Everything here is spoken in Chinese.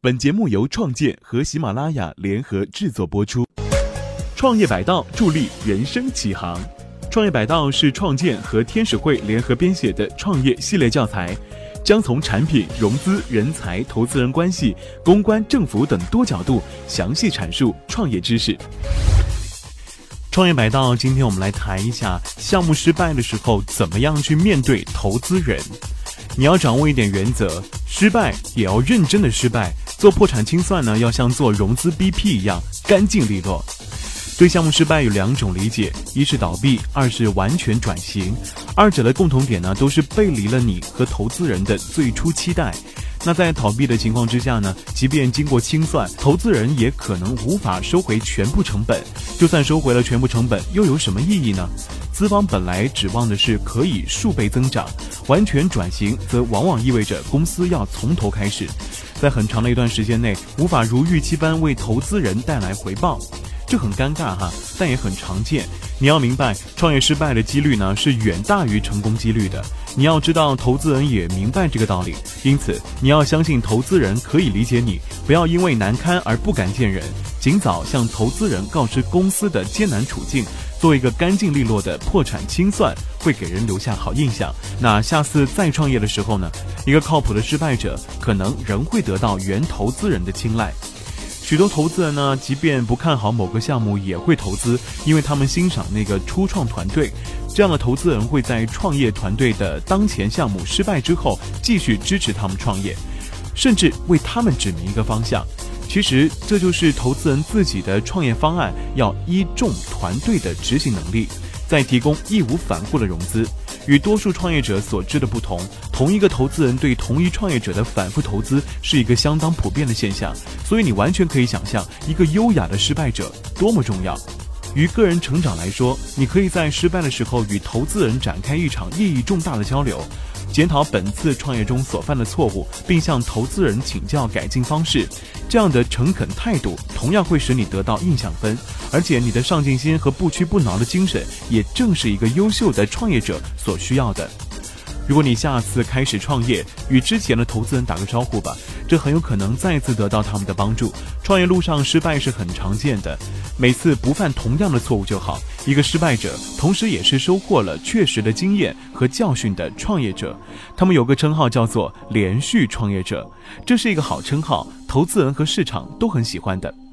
本节目由创建和喜马拉雅联合制作播出。创业百道，助力人生起航。创业百道是创建和天使会联合编写的创业系列教材，将从产品、融资、人才、投资人关系、公关、政府等多角度详细阐述创业知识。创业百道，今天我们来谈一下项目失败的时候怎么样去面对投资人。你要掌握一点原则，失败也要认真的失败，做破产清算呢，要像做融资 BP 一样干净利落。对项目失败有两种理解，一是倒闭，二是完全转型。二者的共同点呢，都是背离了你和投资人的最初期待。那在倒闭的情况之下呢，即便经过清算，投资人也可能无法收回全部成本。就算收回了全部成本，又有什么意义呢？资方本来指望的是可以数倍增长，完全转型则往往意味着公司要从头开始，在很长的一段时间内无法如预期般为投资人带来回报。这很尴尬哈，但也很常见。你要明白，创业失败的几率呢是远大于成功几率的。你要知道，投资人也明白这个道理，因此你要相信投资人可以理解你，不要因为难堪而不敢见人，尽早向投资人告知公司的艰难处境，做一个干净利落的破产清算，会给人留下好印象。那下次再创业的时候呢，一个靠谱的失败者可能仍会得到原投资人的青睐。许多投资人呢，即便不看好某个项目也会投资，因为他们欣赏那个初创团队。这样的投资人会在创业团队的当前项目失败之后，继续支持他们创业，甚至为他们指明一个方向。其实这就是投资人自己的创业方案要依重团队的执行能力，再提供义无反顾的融资。与多数创业者所知的不同，同一个投资人对同一创业者的反复投资是一个相当普遍的现象，所以你完全可以想象一个优雅的失败者多么重要。于个人成长来说，你可以在失败的时候与投资人展开一场意义重大的交流，检讨本次创业中所犯的错误，并向投资人请教改进方式。这样的诚恳态度同样会使你得到印象分，而且你的上进心和不屈不挠的精神也正是一个优秀的创业者所需要的。如果你下次开始创业，与之前的投资人打个招呼吧，这很有可能再次得到他们的帮助。创业路上失败是很常见的，每次不犯同样的错误就好。一个失败者同时也是收获了确实的经验和教训的创业者，他们有个称号叫做连续创业者，这是一个好称号，投资人和市场都很喜欢的。